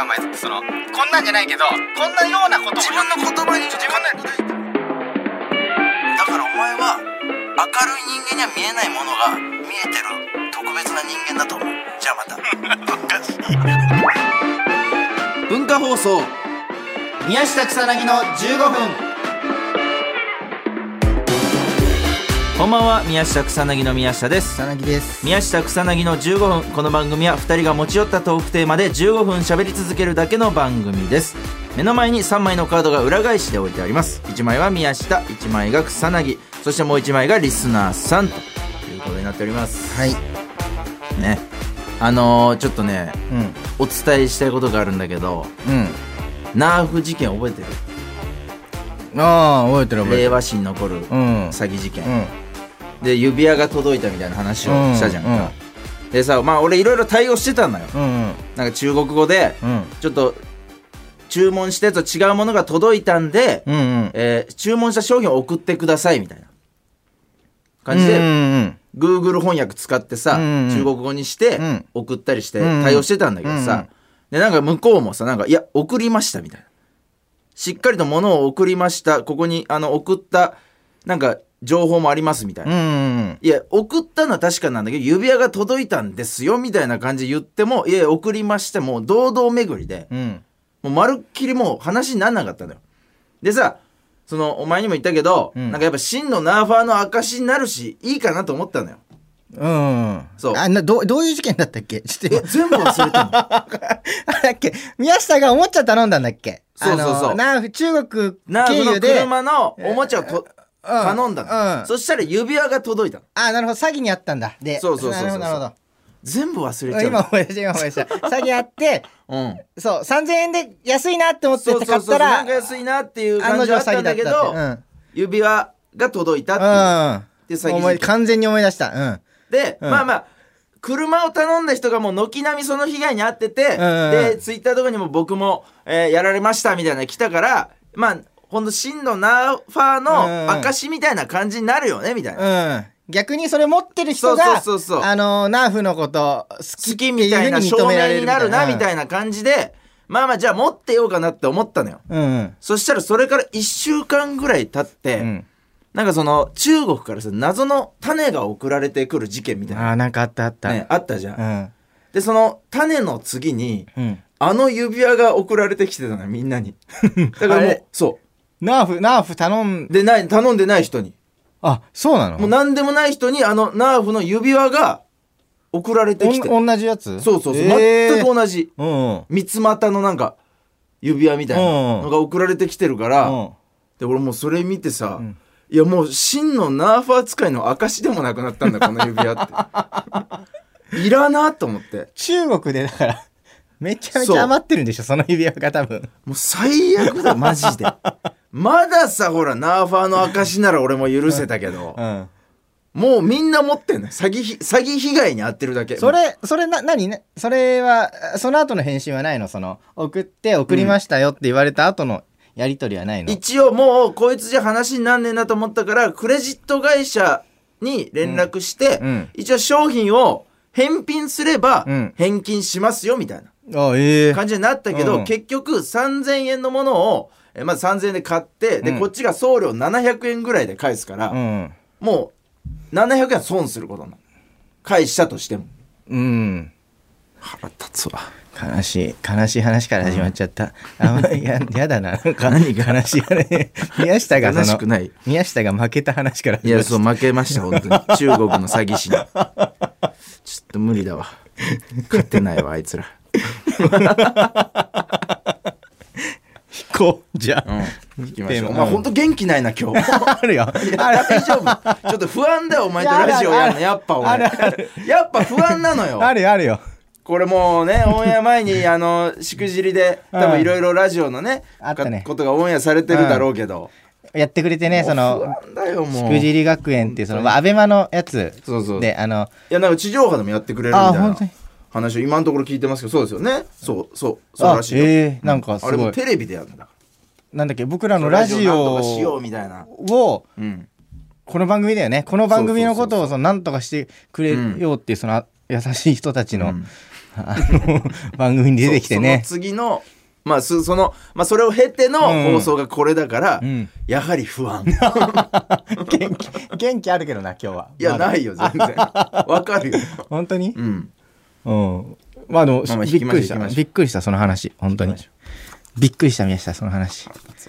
お前。こんなんじゃないけど、こんなようなことを自分の言葉に自分のだからお前は明るい人間には見えないものが見えてる特別な人間だと思う。じゃあまたおかしい文化放送宮下草薙の15分。こんばんは、宮下草薙の宮下です。 草薙です。 宮下草薙の15分。この番組は2人が持ち寄ったトークテーマで15分喋り続けるだけの番組です。目の前に3枚のカードが裏返しで置いてあります。1枚は宮下、1枚が草薙、そしてもう1枚がリスナーさんということになっております。 はいね、ちょっとね、お伝えしたいことがあるんだけど、ナーフ事件覚えてる？ ああ、覚えてる覚えてる。 令和史に残る詐欺事件、で指輪が届いたみたいな話をしたじゃんか、でさ、まあ俺いろいろ対応してたんだよ、なんか中国語で、ちょっと注文したやつと違うものが届いたんで、注文した商品を送ってくださいみたいな感じで、Google 翻訳使ってさ、中国語にして送ったりして対応してたんだけどさ、でなんか向こうもさ、なんかいや送りましたみたいな、しっかりと物を送りました、ここに送ったなんか情報もありますみたいな、いや送ったのは確かなんだけど指輪が届いたんですよみたいな感じで言っても、いや送りまして、もう堂々巡りで、もうまるっきりもう話にならなかったんだよ。でさ、お前にも言ったけど、なんかやっぱ真のナーファーの証になるしいいかなと思ったのよ。そうどういう事件だったっけ？ちょっと全部忘れたのあれだっけ、宮下がおもちゃ頼んだんだっけ？ そうナーフ、中国ナーフの経由で車のおもちゃを頼んだの、そしたら指輪が届いたの。 なるほど、詐欺にあったんだ。で、 そうなるほど全部忘れちゃう。 今思い出した詐欺あって、そう3000円で安いなって思って買ったら、 なんか安いなっていう感じだったんだけど、指輪が届いたっていう詐欺事件。 完全に思い出した。 で、まあ車を頼んだ人がもう軒並みその被害に遭ってて、でツイッターとかにも僕も、やられましたみたいなの来たから、まあほんと真のナーファーの証みたいな感じになるよねみたいな、 逆にそれ持ってる人がナーフのこと好きみたいな証明になるなみたいな感じで、まあじゃあ持ってようかなって思ったのよ、そしたらそれから1週間ぐらい経って、なんか中国からさ謎の種が送られてくる事件みたいな、 なんかあった、 ね、あったじゃん、でその種の次に、指輪が送られてきてたのよ、みんなにだからもうそうナーフ頼んでない人に、 そうなの？ もう何でもない人にナーフの指輪が送られてきて、 同じやつ？ そう、全く同じ、三つ股のなんか指輪みたいなのが送られてきてるから、で俺もうそれ見てさ、いやもう真のナーファー使いの証でもなくなったんだこの指輪っていらなと思って。 中国でだからめちゃめちゃ余ってるんでしょ、その指輪が多分。 もう最悪だマジでまださ、ほらナーファーの証なら俺も許せたけど、もうみんな持ってんの、詐欺被害に遭ってるだけ。 何ね、それはその後の返信はないの？送りましたよって言われた後のやり取りはないの？ 一応もうこいつじゃ話になんねえなと思ったからクレジット会社に連絡して、一応商品を返品すれば返金しますよみたいな感じになったけど、結局3000円のものをまず3000円で買って、でこっちが送料700円ぐらいで返すから、もう700円損することになる、返したとしても。腹立つわ。 悲しい話から始まっちゃった、やだな、なんか何が悲しい話宮下が悲しくない、 宮下が負けた話から始まっちゃった。 いやそう負けました本当に中国の詐欺師にちょっと無理だわ、勝てないわあいつら引こう、じゃあ、 行きましょう。お前ほんと元気ないな今日あるよ、 大丈夫？ちょっと不安だよお前とラジオやるの。やっぱ俺やっぱ不安なのよ。 あるよこれもうね、オンエア前にしくじりで多分いろいろラジオのね、ことがオンエアされてるだろうけど、 やってくれてね、 不安だよもう。 しくじり学園っていうアベマのやつで、いやなんか地上波でもやってくれるみたいな話を今のところ聞いてますけど、そうですよね。そうらしいよ。 なんかすごい。 あれもテレビでやるんだ。 なんだっけ、僕らのラジオしようみたいなを、この番組だよね、この番組のことをなんとかしてくれようっていう優しい人たちの、番組に出てきてね。 その次のまあそれを経ての放送がこれだから、やはり不安。 元気あるけどな今日は。 いや、ないよ全然。わかるよ。 本当に？ うん。 まあでもびっくりしたその話、本当にびっくりした宮下その話。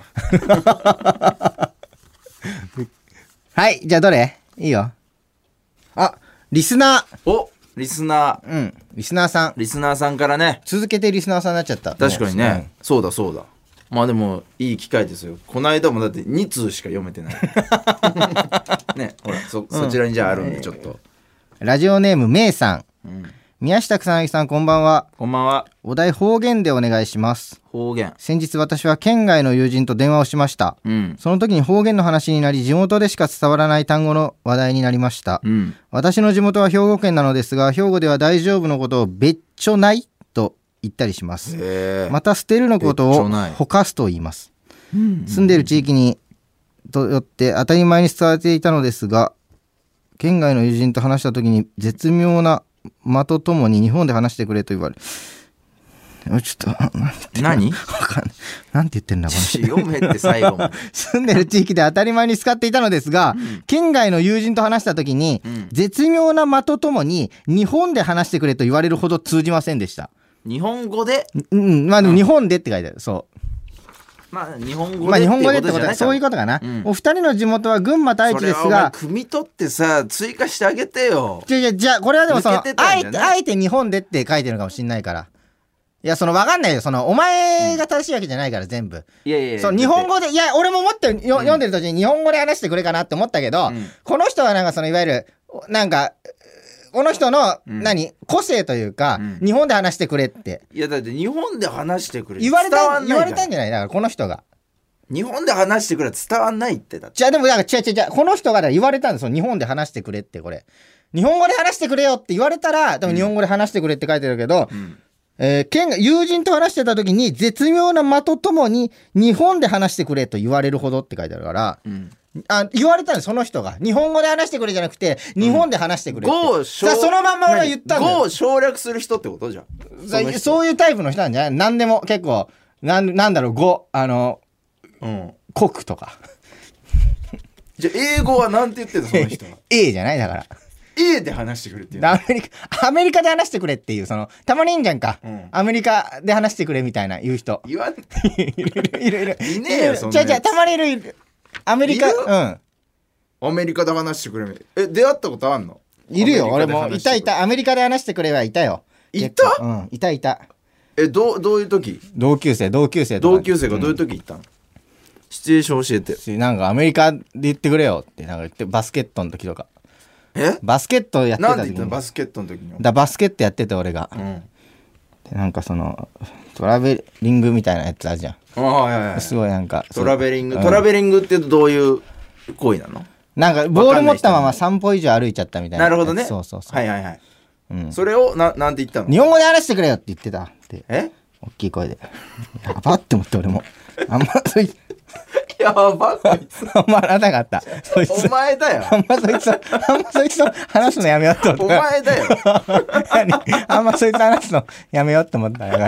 はい、じゃあどれ？いいよ。あ、リスナー。 リスナー。 リスナーさんからね。続けてリスナーさんになっちゃった。 確かにね。そうだ。まあでもいい機会ですよ。この間もだって2通しか読めてない。ね、ほらそちらにじゃああるんでちょっと。 ラジオネームめいさん。宮下草薙さんこんばんは。 こんばんは。 お題方言でお願いします。 方言。 先日私は県外の友人と電話をしました。その時に方言の話になり、地元でしか伝わらない単語の話題になりました。私の地元は兵庫県なのですが、兵庫では大丈夫のことをべっちょないと言ったりします。また捨てるのことをほかすと言います。住んでいる地域にとよって当たり前に伝わっていたのですが、県外の友人と話した時に絶妙な間とともに日本で話してくれと言われ、ちょっと何なんて言ってんだこれ。 読めって最後も。 住んでる地域で当たり前に使っていたのですが、県外の友人と話した時に、絶妙な間とともに日本で話してくれと言われるほど通じませんでした。 日本語で？ まあでも日本でって書いてある。そう。 まあ日本語でってことはそういうことかな。お二人の地元は群馬太一ですが、 汲み取ってさ追加してあげてよ。 じゃあこれはでもあえて日本でって書いてるかもしんないから。いや分かんないよ、お前が正しいわけじゃないから全部。 いや日本語で、いや俺ももっと読んでる途中に日本語で話してくれかなって思ったけど、この人はなんかいわゆるなんかこの人の個性というか、日本で話してくれって。 いやだって日本で話してくれ言われたんじゃないだからこの人が日本で話してくれ伝わんないって。だってじゃあでも違うこの人が言われたんですよ、日本で話してくれって。これ日本語で話してくれよって言われたら多分日本語で話してくれって書いてるけど、友人と話してた時に絶妙な間とともに日本で話してくれと言われるほどって書いてあるから、言われたんですその人が。日本語で話してくれじゃなくて日本で話してくれって、そのまんま俺は言ったんだよ。 語を省略する人ってことじゃん。 そういうタイプの人なんじゃない？何でも結構なんだろう、語国とか。 じゃあ英語はなんて言ってんのその人は。 A じゃないだから。 A で話してくれっていう。 アメリカで話してくれっていう、たまにいいんじゃんか、アメリカで話してくれみたいな言う人。 言わん。 いる。 いねえよそんなやつ。 じゃたまにいる。アメリカ、 アメリカで話してくれ。出会ったことあんの？ いるよ、俺も。いた。アメリカで話してくれはいたよ。 いた？ いた。 どういう時？ 同級生とか。 同級生がどういう時行ったの？シチュエーション教えて。 なんかアメリカで言ってくれよってなんか言って、バスケットの時とか。バスケットやってた時に。 なんで言ったのバスケットの時に。 バスケットやってて俺が。でなんかトラベリングみたいなやつあるじゃん。すごいなんかトラベリングって言うとどういう行為なの？ なんかボール持ったまま3歩以上歩いちゃったみたいな。 なるほどね。 そう。 はい。それをなんて言ったの？ 日本語で話してくれよって言ってたって。大きい声で。やばって思って俺も。あんまやばこいつ。 あんまなかった。 お前だよ。 あんまそいつと話すのやめようって思った。 お前だよ。 あんまそいつと話すのやめようって思ったから。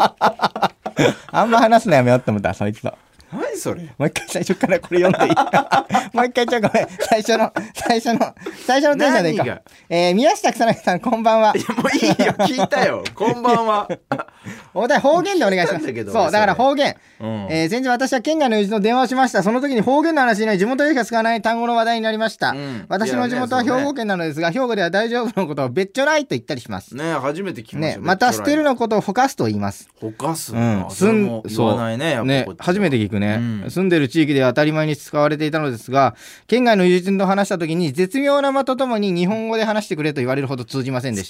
あんま話すのやめようって思った、そいつと。 何それ？ もう一回最初からこれ読んでいい？もう一回ごめん。最初のテンションでいいか。宮下草薙さんこんばんは。 いやもういいよ、聞いたよ。こんばんは。 お題方言でお願いします。そうだから方言。先日私は県外の友人と電話をしました。その時に方言の話になり、地元でしか使わない単語の話題になりました。私の地元は兵庫県なのですが、兵庫では大丈夫のことをべっちょないと言ったりします。 ね、初めて聞きました。 また捨てるのことをほかすと言います。 ほかす。そう言わないね。やっぱ初めて聞くね。住んでる地域では当たり前に使われていたのですが、県外の友人と話した時に絶妙な間とともに日本語で話してくれと言われるほど通じませんでした。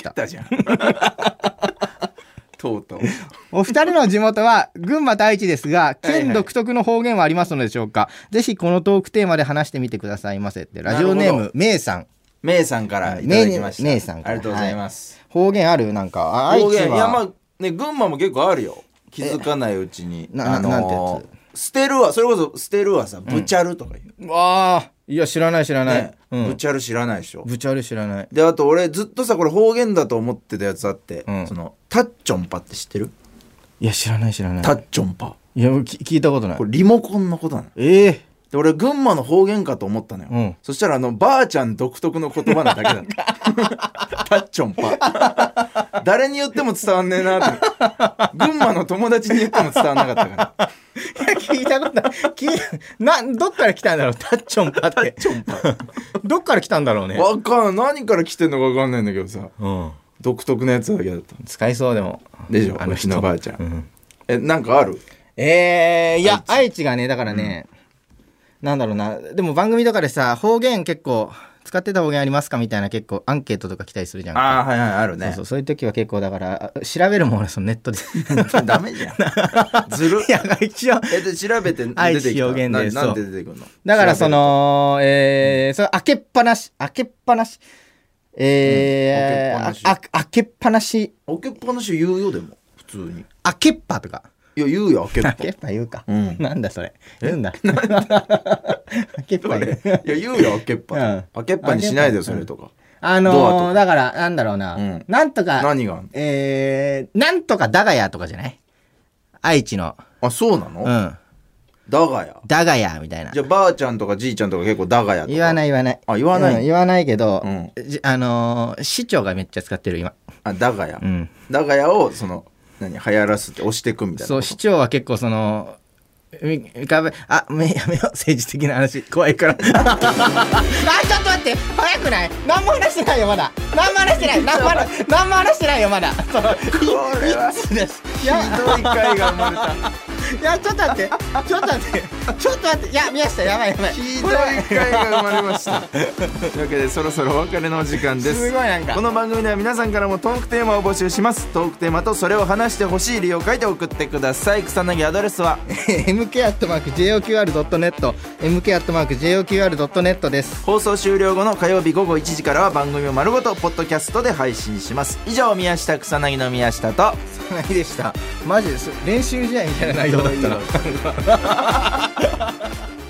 とうとう。 お二人の地元は群馬太一ですが、県独特の方言はありますのでしょうか？ぜひこのトークテーマで話してみてくださいませって。ラジオネームめいさんからいただきました。 めいさんから。 ありがとうございます。 方言ある？なんか方言、いやまあね、群馬も結構あるよ。気づかないうちに。 なんてやつ？ 捨てるわ、それこそ捨てるわさ、ぶちゃるとか言う。 わあ、 いや知らない知らない、 ね、ブチャル知らないでしょ。 ブチャル知らない。 であと俺ずっとさこれ方言だと思ってたやつあって、そのタッチョンパって知ってる？ いや知らない知らない。 タッチョンパ、 いや聞いたことない。 これリモコンのことなの。で俺群馬の方言かと思ったのよ、そしたらばあちゃん独特の言葉なだけだったタッチョンパ誰に言っても伝わんねえなって群馬の友達に言っても伝わんなかったからいや聞いたことないどっから来たんだろうタッチョンパって。タッチョンパどっから来たんだろうね。 わかんない、何から来てんのかわかんないんだけどさ、独特なやつだけだった。 使いそうでもでしょ、うちのばあちゃん、なんかある？ いや愛知がねだからね、なんだろうな、でも番組とかでさ方言結構使ってた方言ありますかみたいな結構アンケートとか来たりするじゃん。 はいはいあるね。 そういう時は結構だから調べるもんね、そのネットでダメじゃんずる。 いや一応で調べて出てきた。 愛知表現でなんで出てくるの？ だからそのそれ開けっぱなし開けっぱなし言うよ。でも普通に開けっぱとかいや言うよ。開けっぱ開けっぱ言うか、なんだそれ言うんだ開けっぱ言う。 いや言うよ開けっぱ、開けっぱにしないでよそれとか。 だからなんだろうな、なんとか何がなんとかだがやとかじゃない？愛知の。 あそうなの？だがやだがやみたいな。 じゃあばあちゃんとかじいちゃんとか結構だがやとか言わないあ言わない、 言わないけど、市長がめっちゃ使ってる今。 だがや、だがやをその流行らすって押していくみたいな。 そう市長は結構そのやめよう政治的な話怖いからちょっと待って早くない？何も話してないよまだ。何も話してないよまだ。これはひどい回が生まれた。 いやちょっと待っていや宮下やばいひどい回が生まれましたというわけでそろそろお別れの時間です。 すごいなんかこの番組では皆さんからもトークテーマを募集します。トークテーマとそれを話してほしい理由を書いて送ってください。草薙アドレスは mk@joqr.net mk@joqr.net です。 放送終了後の火曜日午後1時からは番組を丸ごとポッドキャストで配信します。以上宮下草薙の宮下と草薙でした。マジです練習試合みたいな内容だったな